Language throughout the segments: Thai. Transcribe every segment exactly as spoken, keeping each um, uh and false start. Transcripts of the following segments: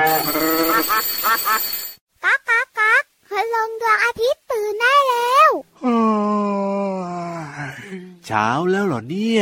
ก๊ากก๊ากก๊ากพลังดวงอาทิตย์ตื่นได้แล้วเช้าแล้วเหรอเนี่ย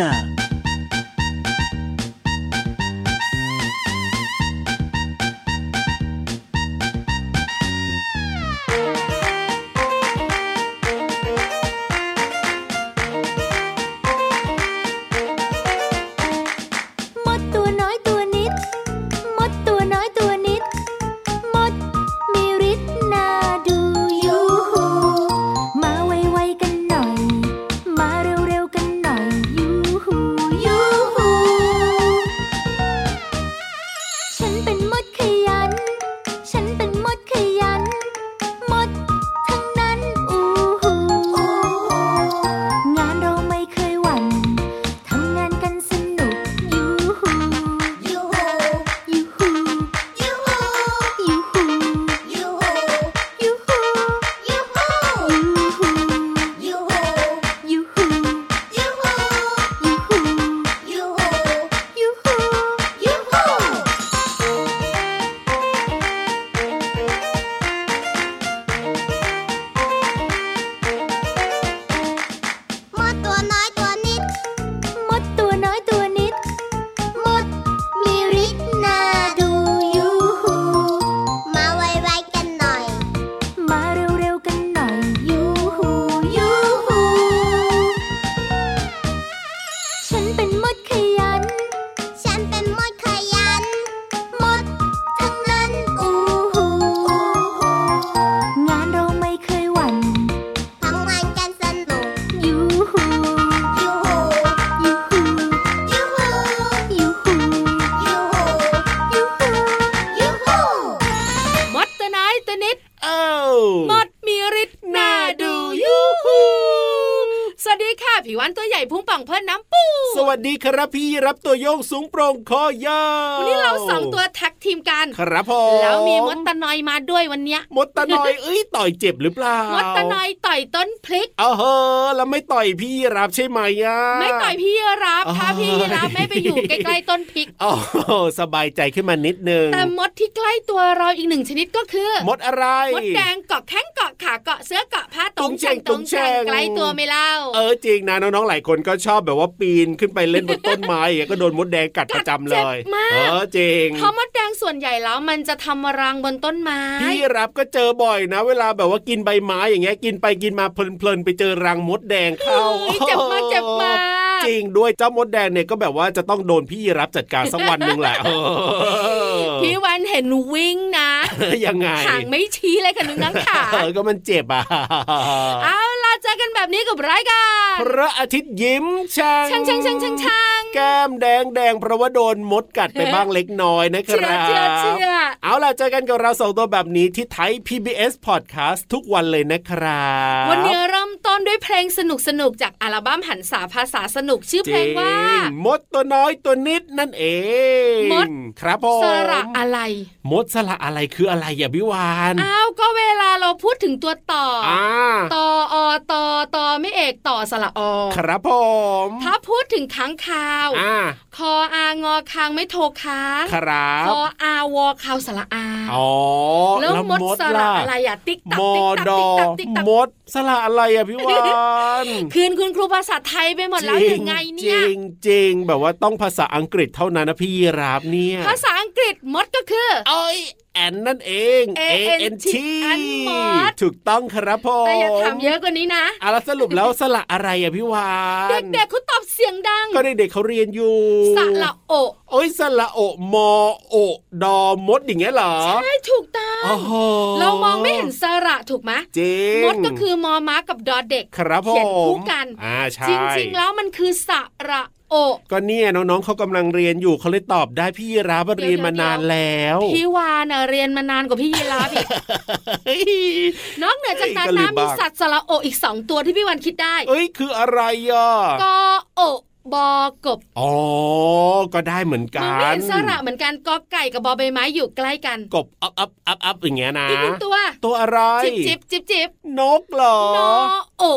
ผิววันตัวใหญ่พุ่งป่องเพิ่นน้ำปูสวัสดีครับพี่รับตัวโยงสูงโปร่งคอยาววันนี้เราสองตัวแท็กทีมกันครับผมแล้วมีมดตะนอยมาด้วยวันเนี้ยมดตะนอยเอ้ยต่อยเจ็บหรือเปล่ามดตะนอยต่อยต้นพลิกเออเฮ้อแล้วไม่ต่อยพี่รับใช่ไหมอ่ะไม่ต่อยพี่รับถ้าพี่รับไม่ไปอยู่ใกล้ๆต้นพลิกอ๋อสบายใจขึ้นมานิดนึงแต่มดที่ใกล้ตัวเราอีกหนึ่งชนิดก็คือมดอะไรมดแดงเกาะแข้งเกาะขาเกาะเสื้อเกาะผ้าตรงแฉงตรงแฉงใกล้ตัวไม่เล่าเออจริงนะน้องๆหลายคนก็ชอบแบบว่าปีนขึ้นไปเล่นบนต้นไม้อย่างก็โดนมดแดงกัดประจำเลยเออจริงเพราะมดแดงส่วนใหญ่แล้วมันจะทำรังบนต้นไม้พี่รับก็เจอบ่อยนะเวลาแบบว่ากินใบไม้อย่างเงี้ยกินไปกินมาเพลินๆไปเจอรังมดแดงเข้าเจ็บมากเจ็บมากจริงด้วยเจ้ามดแดงเนี่ยก็แบบว่าจะต้องโดนพี่รับจัดการสักวันนึงแหละพี่วันเห็นวิ่งนะยังไงหางไม่ชี้เลยค่ะน้องๆค่ะก็มันเจ็บอ่ะเอาล่ะเจอกันแบบนี้กับรายการพระอาทิตย์ยิ้มช่างช่างช่างช่างช่างช่างแก้มแดงแดงเพราะว่าโดนมดกัดไปบ้างเล็กน้อยนะครับเอาล่ะเจอกันกับเราสองตัวแบบนี้ที่ไทย พี บี เอส Podcast ทุกวันเลยนะครับวันนี้เริ่มต้นด้วยเพลงสนุกๆจากอัลบั้มหันษาภาษาสนุกชื่อเพลงว่ามดตัวน้อยตัวนิดนั่นเองมดครับผมสระอะไรมดสระอะไรคืออะไรอย่าพี่วานอ้าวก็เวลาเราพูดถึงตัวต่อตออตอตอไม่เอกต่อสระอครับผมถ้าพูดถึงค้างคาวคออางอคางไม่โทค้างครับคออาวอคาวสระอาอ๋อแล้วมดสระอะไรอ่ะติ๊กตักติ๊กตักติ๊กตักติ๊กตักมดสระอะไรอ่ะพี่วานคืนคุณครูภาษาไทยไปหมดแล้วยังไงเนี่ยจริงจริงแบบว่าต้องภาษาอังกฤษเท่านั้นนะพี่ราบเนี่ยภาษาอังกฤษมดก็คือเอ้ยแอนนั่นเองเอ เอ็น ทีถูกต้องครับพ่อแต่อย่าถามเยอะกว่านี้นะอ่ะแล้วสรุปแล้วสระอะไรอ่ะพี่วานเด็กๆเขาตอบเสียงดังก็เด็กๆเขาเรียนอยู่สระโอโอ้ยสระโอมอโอดอมดอย่างเงี้ยเหรอใช่ถูกต้องเรามองไม่เห็นสระถูกไหมจริงมดก็คือมอม้ากับดอเด็กครับผมเขียนคู่กันอ่าใช่จริงๆแล้วมันคือสระโอก็เนี่ยน้องๆเขากำลังเรียนอยู่เขาเลยตอบได้พี่ยีราฟเรียนมานานแล้วพี่วานเรียนมานานกว่าพี่ยีราฟอีกนอกเหนือจากนั้นนะมีสัตว์สระโออีกสองตัวที่พี่วานคิดได้เอ้ยคืออะไรอ่ะกอโอบอกบอ๋อก็ได้เหมือนกันไม่เห็นสระเหมือนกันกอไก่กับบอใบไม้อยู่ใกล้กันกบอัพอัพอัพอัพอย่างเงี้ยนะอีกตัวตัวอะไรจิบจิบจิบจิบนกเหรอนอโอ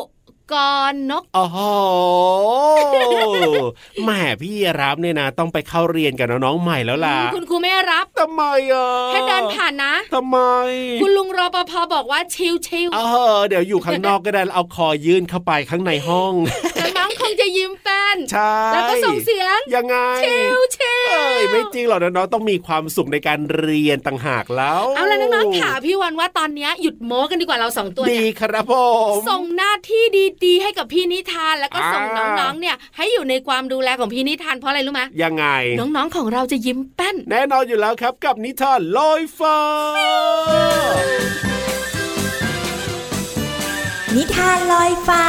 กรนกโอ้โหแหมพี่รับเนี่ยนะต้องไปเข้าเรียนกับน้องๆใหม่แล้วล่ะคุณครูไม่รับทำไมอ่ะแค่เดินผ่านนะทำไมคุณลุงรปภบอกว่าชิวๆเออเดี๋ยวอยู่ข้างนอกก็ได้เอาคอยื่นเข้าไปข้างในห้องน้องคงจะยิ้มแป้นใช่แล้วก็ส่งเสียงยังไงชิวๆเอ้ยไม่จริงหรอกน้องๆต้องมีความสุขในการเรียนต่างหากแล้วเอาล่ะน้องๆค่ะพี่วันว่าตอนนี้หยุดโม้กันดีกว่าเราสองตัวดีครับผมส่งหน้าที่ดีๆให้กับพี่นิทานแล้วก็ส่งน้องๆเนี่ยให้อยู่ในความดูแลของพี่นิทานเพราะอะไรรู้ไหมยังไงน้องๆของเราจะยิ้มแป้นแน่นอนอยู่แล้วครับกับนิทานลอยฟ้านิทานลอยฟ้า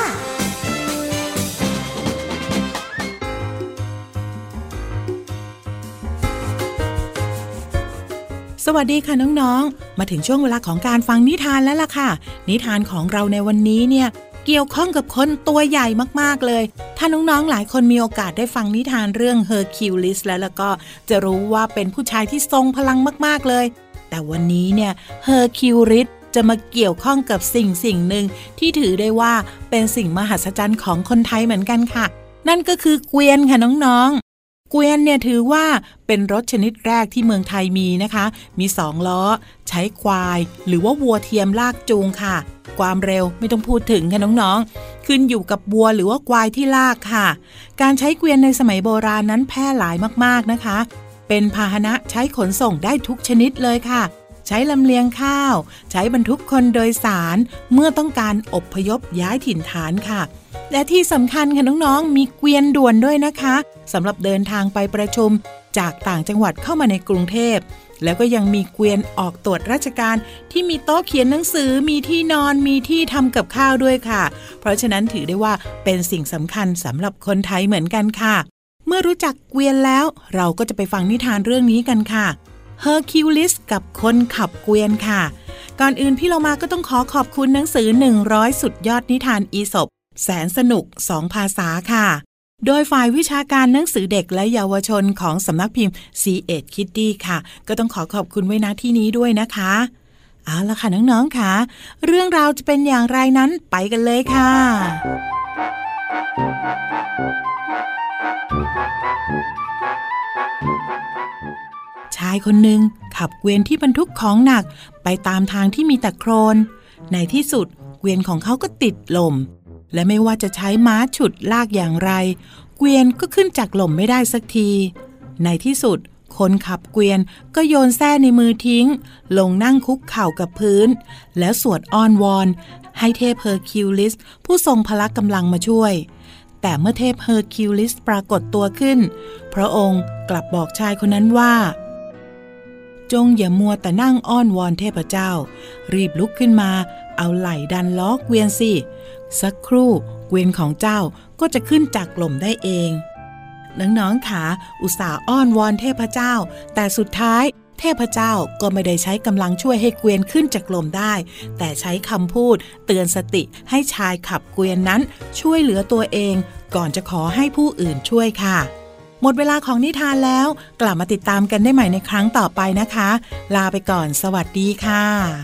สวัสดีค่ะน้องๆมาถึงช่วงเวลาของการฟังนิทานแล้วล่ะค่ะนิทานของเราในวันนี้เนี่ยเกี่ยวข้องกับคนตัวใหญ่มากๆเลยถ้าน้องๆหลายคนมีโอกาสได้ฟังนิทานเรื่องเฮอร์คิวลิสแล้วแล้วก็จะรู้ว่าเป็นผู้ชายที่ทรงพลังมากๆเลยแต่วันนี้เนี่ยเฮอร์คิวลิสจะมาเกี่ยวข้องกับสิ่งสิ่งหนึ่งที่ถือได้ว่าเป็นสิ่งมหัศจรรย์ของคนไทยเหมือนกันค่ะนั่นก็คือเกวียนค่ะน้องๆเกวียนเนี่ยถือว่าเป็นรถชนิดแรกที่เมืองไทยมีนะคะมีสองล้อใช้ควายหรือว่าวัวเทียมลากจูงค่ะความเร็วไม่ต้องพูดถึงค่ะน้องๆขึ้นอยู่กับวัวหรือว่าควายที่ลากค่ะการใช้เกวียนในสมัยโบราณนั้นแพร่หลายมากๆนะคะเป็นพาหนะใช้ขนส่งได้ทุกชนิดเลยค่ะใช้ลำเลียงข้าวใช้บรรทุกคนโดยสารเมื่อต้องการอพยพย้ายถิ่นฐานค่ะและที่สำคัญค่ะน้องๆมีเกวียนด่วนด้วยนะคะสำหรับเดินทางไปประชุมจากต่างจังหวัดเข้ามาในกรุงเทพแล้วก็ยังมีเกวียนออกตรวจราชการที่มีโต๊ะเขียนหนังสือมีที่นอนมีที่ทำกับข้าวด้วยค่ะเพราะฉะนั้นถือได้ว่าเป็นสิ่งสำคัญสำหรับคนไทยเหมือนกันค่ะเมื่อรู้จักเกวียนแล้วเราก็จะไปฟังนิทานเรื่องนี้กันค่ะเฮอร์คิวลิสกับคนขับเกวียนค่ะก่อนอื่นพี่เรามาก็ต้องขอขอบคุณหนังสือหนึ่งร้อยสุดยอดนิทานอีสปแสนสนุกสองภาษาค่ะโดยฝ่ายวิชาการหนังสือเด็กและเยาวชนของสำนักพิมพ์ ซี เอ็ด Kiddie ค่ะก็ต้องขอขอบคุณไว้ณที่นี้ด้วยนะคะเอาล่ะค่ะน้องๆค่ะเรื่องราวจะเป็นอย่างไรนั้นไปกันเลยค่ะชายคนหนึ่งขับเกวียนที่บรรทุกของหนักไปตามทางที่มีแต่โคลนในที่สุดเกวียนของเขาก็ติดลมและไม่ว่าจะใช้ม้าฉุดลากอย่างไรเกวียนก็ขึ้นจากลมไม่ได้สักทีในที่สุดคนขับเกวียนก็โยนแส้ในมือทิ้งลงนั่งคุกเข่ากับพื้นแล้วสวดอ้อนวอนให้เทพเฮอร์คิวลิสผู้ทรงพละกำลังมาช่วยแต่เมื่อเทพเฮอร์คิวลิสปรากฏตัวขึ้นพระองค์กลับบอกชายคนนั้นว่าจงอย่ามัวแต่นั่งอ้อนวอนเทพเจ้ารีบลุกขึ้นมาเอาไหล่ดันล้อเกวียนสิสักครู่เกวียนของเจ้าก็จะขึ้นจากลมได้เองน้องๆขาอุตส่าห์อ้อนวอนเทพเจ้าแต่สุดท้ายเทพเจ้าก็ไม่ได้ใช้กำลังช่วยให้เกวียนขึ้นจากลมได้แต่ใช้คำพูดเตือนสติให้ชายขับเกวียนนั้นช่วยเหลือตัวเองก่อนจะขอให้ผู้อื่นช่วยค่ะหมดเวลาของนิทานแล้วกลับมาติดตามกันได้ใหม่ในครั้งต่อไปนะคะลาไปก่อนสวัสดีค่ะ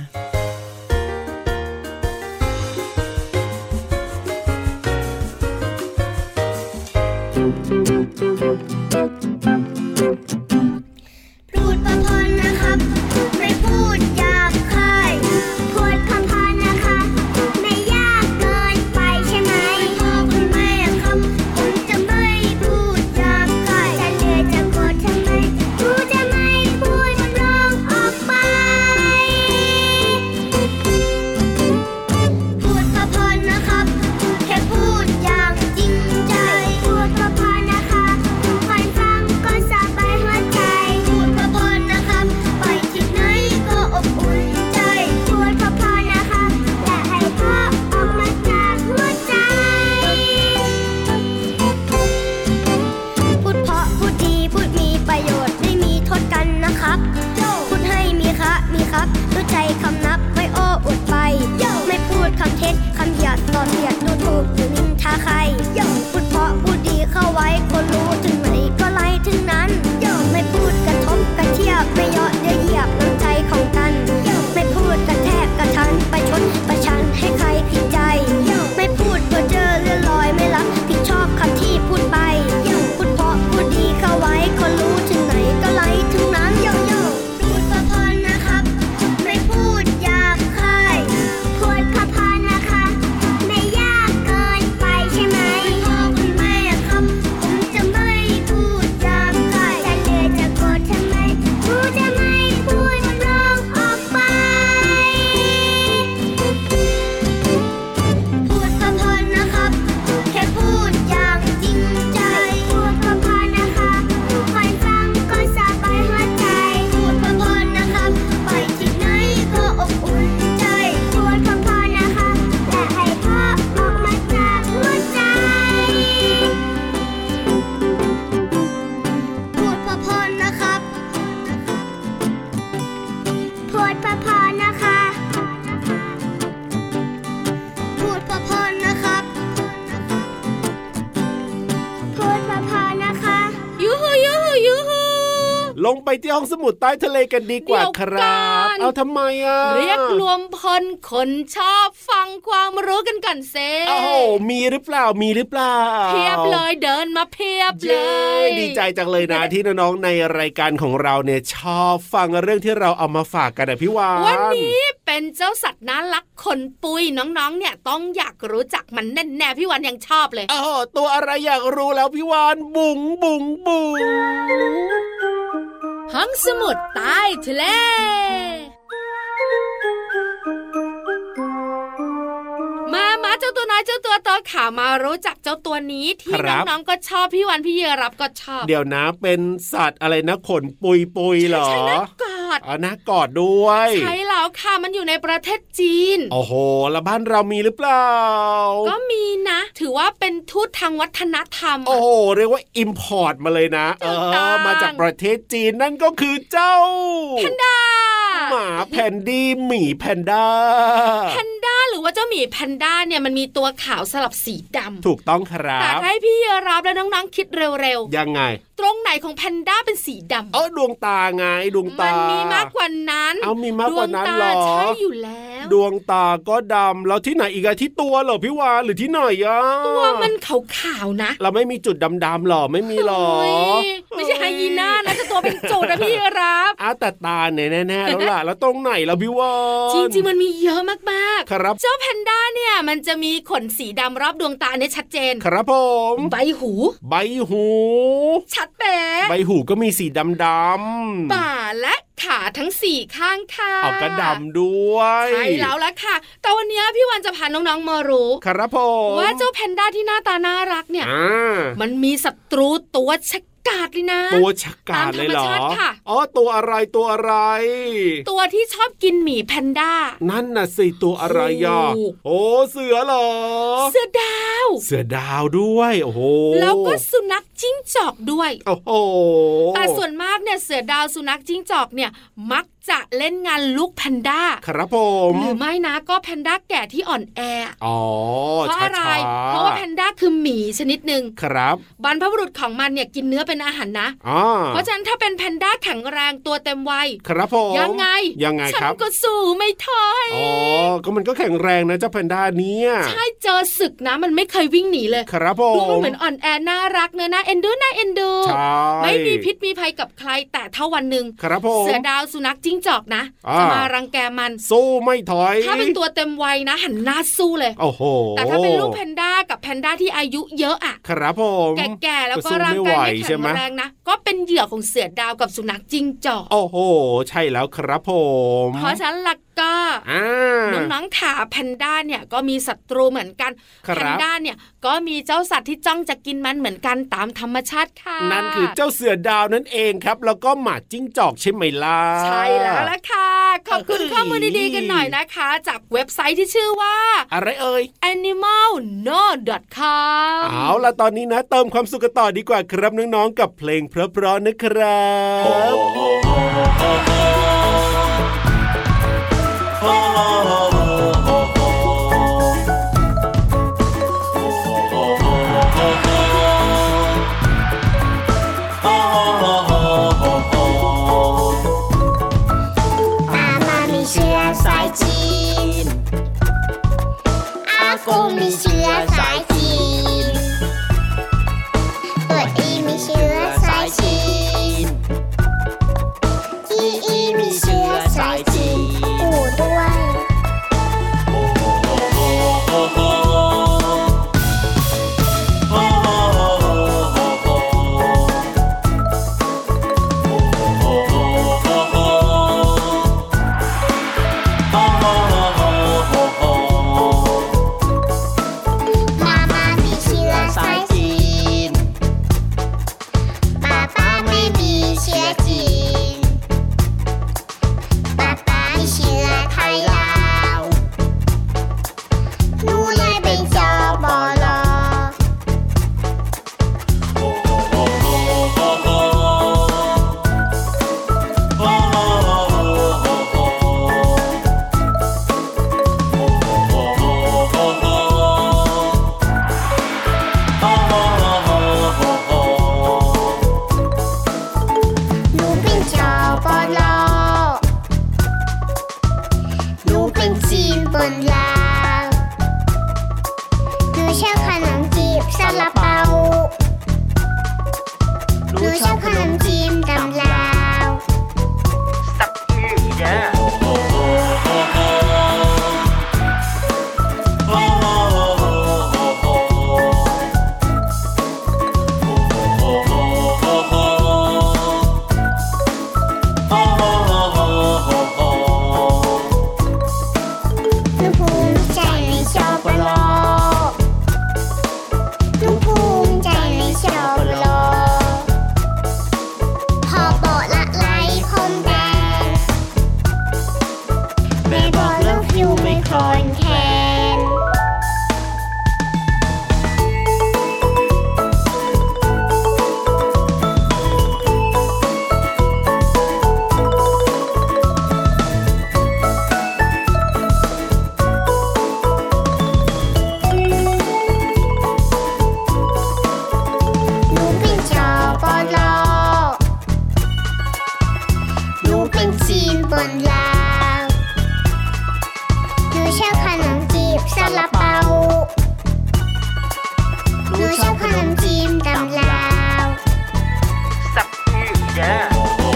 พูดพอพอนะครับไม่พูดหยาบคายพูดพอพอนะคะไม่ยากเกินไปใช่ไหมพ่อคุณแม่ครับผมจะไม่พูดหยาบคายจะเหนื่อยจะโกรธทำไมหนูจะไม่พูดร้องออกไปพูดพอพอนะครับแค่พูดอย่างจริงใจพูดพอพอนะคะที่ห้องสมุดใต้ทะเลกันดีกว่าครับเอาทำไมอ่ะเรียกรวมพลคนชอบฟังความรู้กันก่อนเซ่โอ้โหมีหรือเปล่ามีหรือเปล่าเพียบเลยเดินมาเพียบเลยดีใจจังเลยนะที่น้องๆในรายการของเราเนี่ยชอบฟังเรื่องที่เราเอามาฝากกันนะพี่วานวันนี้เป็นเจ้าสัตว์น่ารักขนปุยน้องๆเนี่ยต้องอยากรู้จักมันแน่ๆพี่วานยังชอบเลยโอ้ตัวอะไรอยากรู้แล้วพี่วานบุ๋งบุ๋งบุ๋งห้องสมุดใต้ทะเลมามาเจ้าตัวน้อยเจ้าตัวโตขามารู้จักเจ้าตัวนี้ที่น้องๆก็ชอบพี่วันพี่เยรับก็ชอบเดี๋ยวนะเป็นสัตว์อะไรนะขนปุยปุยเหรอใช่นะกอดอ๋อนะกอดด้วยใช่แล้วค่ะมันอยู่ในประเทศจีนโอ้โหแล้วบ้านเรามีหรือเปล่าก็มีนะถือว่าเป็นทูตทางวัฒนธรรมโอ้โหเรียกว่าอิมพอร์ตมาเลยนะเออมาจากประเทศจีนนั่นก็คือเจ้าแพนด้าหมาแพนดี้หมีแพนด้าแพนด้าหรือว่าเจ้าหมีแพนด้าเนี่ยมันมีตัวขาวสลับสีดำถูกต้องครับแต่ให้พี่เยรับและน้องๆคิดเร็วๆยังไงตรงไหนของแพนด้าเป็นสีดำเออดวงตาไงดวงตามันมีมากกว่านั้นเอามีมากกว่านั้นหรอใช่อยู่แล้วดวงตาก็ดำแล้วที่ไหนอีกอะที่ตัวเหรอพี่วานหรือที่ไหนอะตัวมันขาวๆนะเราไม่มีจุดดำๆหรอไม่มีหรอไม่ใช่ไฮยีน่านะจะตัวเป็นจุดนะพี่รับอ้าแต่ตาแน่ๆแล้วล่ะแล้วตรงไหนแล้วพี่วานจริงๆมันมีเยอะมากๆครับเจ้าแพนด้าเนี่ยมันจะมีขนสีดำรอบดวงตาเนี่ยชัดเจนครับผมใบหูใบหูชัดเป๊ะใบหูก็มีสีดำๆบ่าและขาทั้งสี่ข้างค่ะเอากระดำด้วยใช่แล้วล่ะค่ะแต่วันนี้พี่วันจะพาน้องๆมารู้ครับผมว่าเจ้าแพนด้าที่หน้าตาน่ารักเนี่ยมันมีศัตรูตัวฉกาจเลยนะตัวฉกาจเลยเหรออ๋อตัวอะไรตัวอะไรตัวที่ชอบกินหมีแพนด้านั่นน่ะสิตัวอะไรอ่ะโอ้เสือเหรอเสือดาวเสือดาวด้วยโอ้โหแล้วก็สุนัขจิ้งจอกด้วยโอ้โหแต่ส่วนมากเนี่ยเสือดาวสุนัขจิ้งจอกเนี่ยมักจะเล่นงานลูกแพนด้าครับผมหรือไม่นะก็แพนด้าแก่ที่อ่อนแออ๋อเพราะอะไรเพราะว่าแพนด้าคือหมีชนิดหนึ่งครับบรรพบุรุษของมันเนี่ยกินเนื้อเป็นอาหารนะเพราะฉะนั้นถ้าเป็นแพนด้าแข็งแรงตัวเต็มวัยครับผมยังไงยังไงครับฉันก็สู้ไม่ถอยอ๋อก็มันก็แข็งแรงนะเจ้าแพนด้าเนี่ยใช่เจอศึกนะมันไม่เคยวิ่งหนีเลยครับผมดูมันเหมือนอ่อนแอน่ารักเนอะนะเอ็นดูน่าเอ็นดูไม่มีพิษมีภัยกับใครแต่ถ้าวันหนึ่งเสือดาวสุนัขจิ้งจอกนะจะมารังแกมันสู้ไม่ถอยถ้าเป็นตัวเต็มวัยนะหันหน้าสู้เลยโอ้โหแต่ถ้าเป็นลูกแพนด้ากับแพนด้าที่อายุเยอะอะครับผมแก่ๆแล้วก็ร่างกายไม่แข็งแรงนะก็เป็นเหยื่อของเสือดาวกับสุนัขจิ้งจอกโอ้โหใช่แล้วครับผมเพราะฉะนั้นล่ะก็น้องๆขาแพนด้าเนี่ยก็มีศัตรูเหมือนกันแพนด้าเนี่ยก็มีเจ้าสัตว์ที่จ้องจะกินมันเหมือนกันตามธรรมชาติค่ะนั่นคือเจ้าเสือดาวนั่นเองครับแล้วก็หมาจิ้งจอกใช่ไหมล่ะใช่แล้วล่ะค่ะขอบคุณข้อมูลดีๆกันหน่อยนะคะจากเว็บไซต์ที่ชื่อว่าอะไรเอ่ยแอนิมอลโน ดอท คอมเอาล่ะตอนนี้นะเติมความสุขกันต่อดีกว่าครับน้องๆกับเพลงเพราะๆนะครับกูมีเชื้อสายจีนตัวอีมีเชื้อสายจีนอีอีมีเชื้อสายจีนอูด้วย Oh บนราวหนูชอบขนมจีบซาลาเปาหนูชอบขนมจีบตำลาวสับอื้อแย่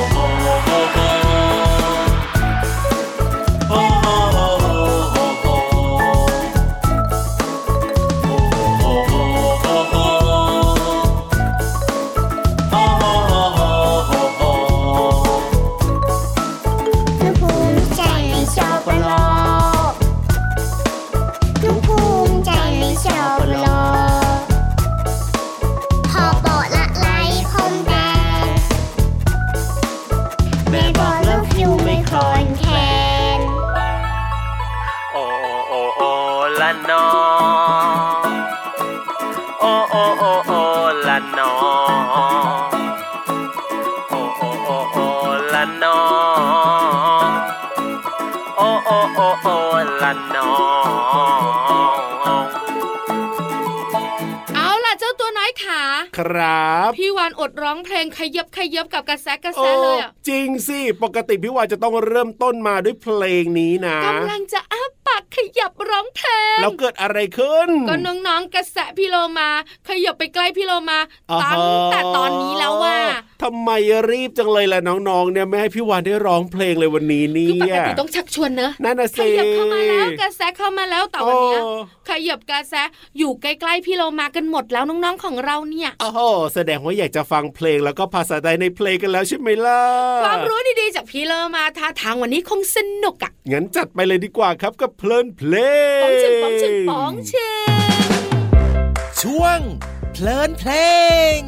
ครับพี่วานอดร้องเพลงขยับขยับกับกระแสกระแสเลยอ่ะจริงสิปกติพี่วานจะต้องเริ่มต้นมาด้วยเพลงนี้นะกำลังจะอ้าปากขยับร้องเพลงแล้วเกิดอะไรขึ้นก็น้องๆกระแสพี่โลมาขยับไปใกล้พี่โลมาตั้งแต่ตอนนี้แล้วว่าทำไมรีบจังเลยล่ะน้องๆเนี่ยไม่ให้พี่วานได้ร้องเพลงเลยวันนี้นี่คือปกติต้องชักชวนเนอะนั่นน่ะสิขยับเข้ามาแล้วกระแสเข้ามาแล้วแต่วันนี้ขยับกระแสอยู่ใกล้ๆพี่โลมากันหมดแล้วน้องๆของเราเนี่ยโอ้โหแสดงว่าอยากจะฟังเพลงแล้วก็ภาษาไทยในเพลงกันแล้วใช่ไหมล่ะความรู้ดีๆจากพี่โลมาท่าทางวันนี้คงสนุกอ่ะงั้นจัดไปเลยดีกว่าครับกับเพลินเพลงป๋องชึงป๋องชึงป๋องชึงช่วงเพลินเพลง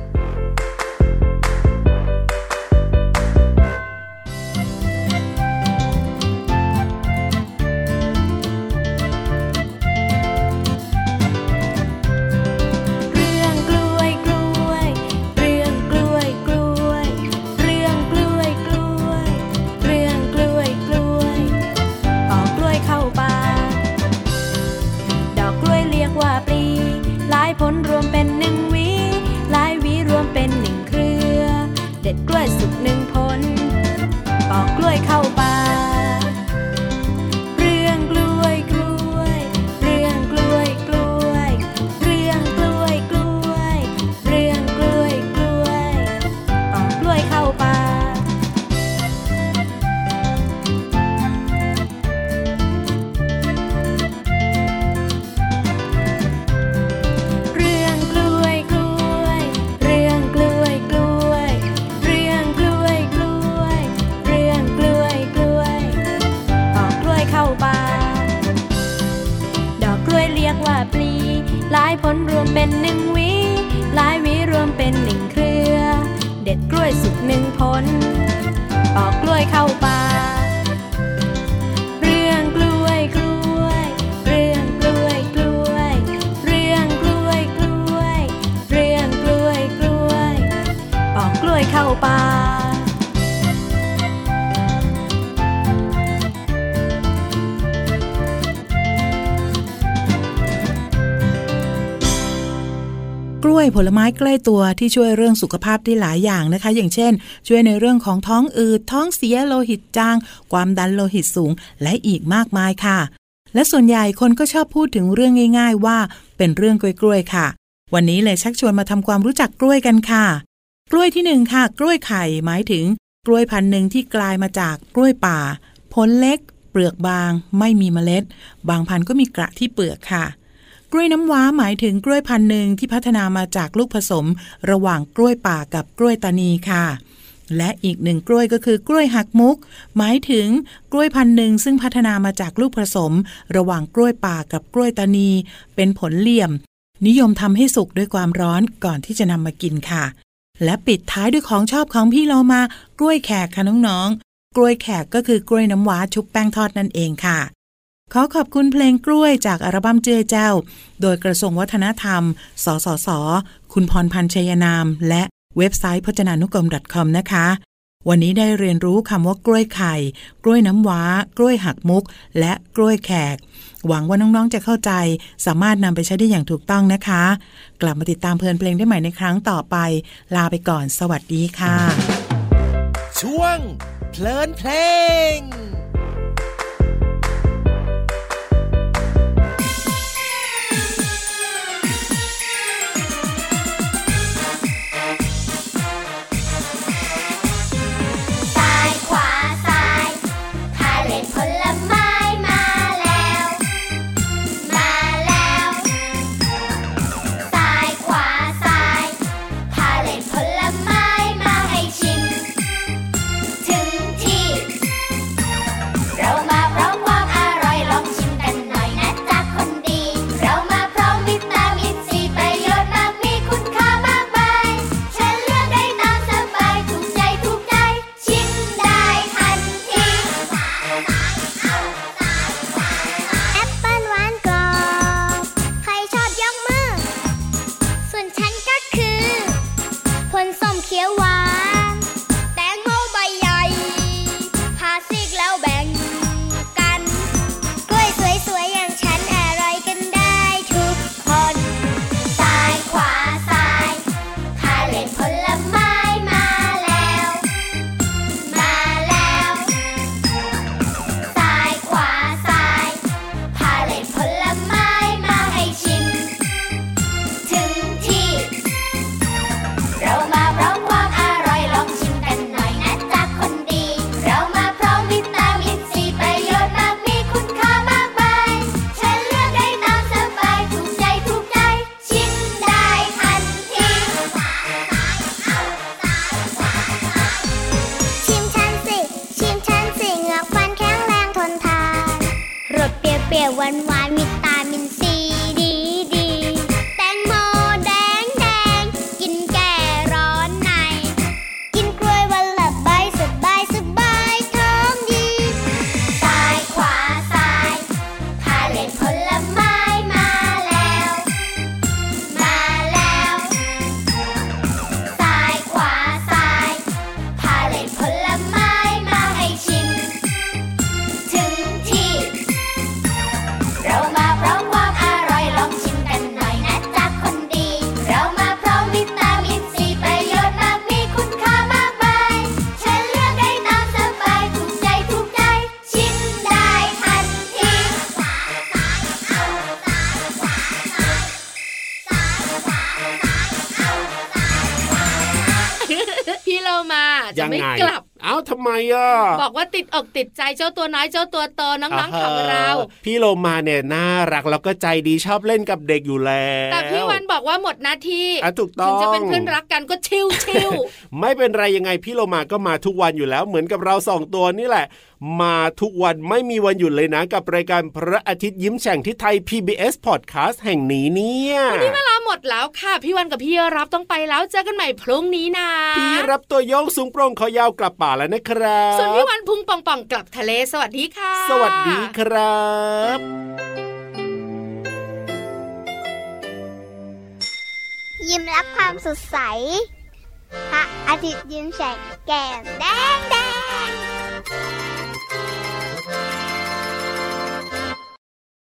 ผลไม้ใกล้ตัวที่ช่วยเรื่องสุขภาพได้หลายอย่างนะคะอย่างเช่นช่วยในเรื่องของท้องอืดท้องเสียโลหิตจางความดันโลหิตสูงและอีกมากมายค่ะและส่วนใหญ่คนก็ชอบพูดถึงเรื่องง่ายๆว่าเป็นเรื่องกล้วยๆค่ะวันนี้เลยชักชวนมาทำความรู้จักกล้วยกันค่ะกล้วยที่หนึ่งค่ะกล้วยไข่หมายถึงกล้วยพันธุ์หนึ่งที่กลายมาจากกล้วยป่าผลเล็กเปลือกบางไม่มีเมล็ดบางพันธุ์ก็มีกระที่เปลือกค่ะกล้วยน้ำว้าหมายถึงกล้วยพันธุ์หนึ่งที่พัฒนามาจากลูกผสมระหว่างกล้วยป่ากับกล้วยตานีค่ะและอีกหนึ่งกล้วยก็คือกล้วยหักมุกหมายถึงกล้วยพันธุ์หนึ่งซึ่งพัฒนามาจากลูกผสมระหว่างกล้วยป่ากับกล้วยตานีเป็นผลเหลี่ยมนิยมทำให้สุกด้วยความร้อนก่อนที่จะนำมากินค่ะและปิดท้ายด้วยของชอบของพี่เรามากล้วยแขกค่ะน้องๆกล้วยแขกก็คือกล้วยน้ำว้าชุบแป้งทอดนั่นเองค่ะขอขอบคุณเพลงกล้วยจากอัลบั้มเจื้อเจ้าโดยกระทรวงวัฒนธรรมสสส.คุณพรพันธ์ชัยนามและเว็บไซต์พจนานุกรม .com นะคะวันนี้ได้เรียนรู้คำว่ากล้วยไข่กล้วยน้ำว้ากล้วยหักมุกและกล้วยแขกหวังว่าน้องๆจะเข้าใจสามารถนำไปใช้ได้อย่างถูกต้องนะคะกลับมาติดตามเพลินเพลงได้ใหม่ในครั้งต่อไปลาไปก่อนสวัสดีค่ะช่วงเพเพลินเพลงหวานหวานวิตามินซีดีดีแตงโมแดงแดงกินแก้ร้อนในกินกล้วยวันละใบสบายสบายท้องดีซ้ายขวาซ้ายพาเล่นผลไม้มาแล้วมาแล้วซ้ายขวาซ้ายพาเล่นผลไม้มาให้ชิมถึงที่เรามาพร้อมความอร่อยลองชิมกันหน่อยนะจ๊ะคนดีเรามาพร้อมวิตามินซีประโยชน์มากมีคุณค่ามากมายฉันเลือกได้ตามสบายถูกใจถูกใจชิมได้ทันทีซ้ายซ้ายเอาซ้ายขวาซ้ายซ้ายขวาซ้ายเอาซ้ายขวาพี่เรามาจะไม่กลับเอ้าทำไมอ่ะบอกว่าติดอกติดใจเจ้าตัวน้อยเจ้าตัวโตน้องๆของเราพี่โลมาเนี่ยน่ารักแล้วก็ใจดีชอบเล่นกับเด็กอยู่แล้วแต่พี่วันบอกว่าหมดหน้าที่ถูกต้องถึงจะเป็นเพื่อนรักกันก็ชิวชิวไม่เป็นไรยังไงพี่โลมาก็มาทุกวันอยู่แล้วเหมือนกับเราสองตัวนี่แหละมาทุกวันไม่มีวันหยุดเลยนะกับรายการพระอาทิตย์ยิ้มแฉ่งที่ไทย พี บี เอส Podcast แห่งนี้เนี่ยวันนี้เวลาหมดแล้วค่ะพี่วันกับพี่รับต้องไปแล้วเจอกันใหม่พรุ่งนี้นะพี่รับตัวโยงสูงโปร่งคอยาวกลับป่าแล้วนะครับส่วนพี่วันพุงป่องๆกลับทะเลสวัสดีค่ะสวัสดีครับยิ้มรับความสดใสพระอาทิตย์ยิ้มแฉกแก้มแดงแดง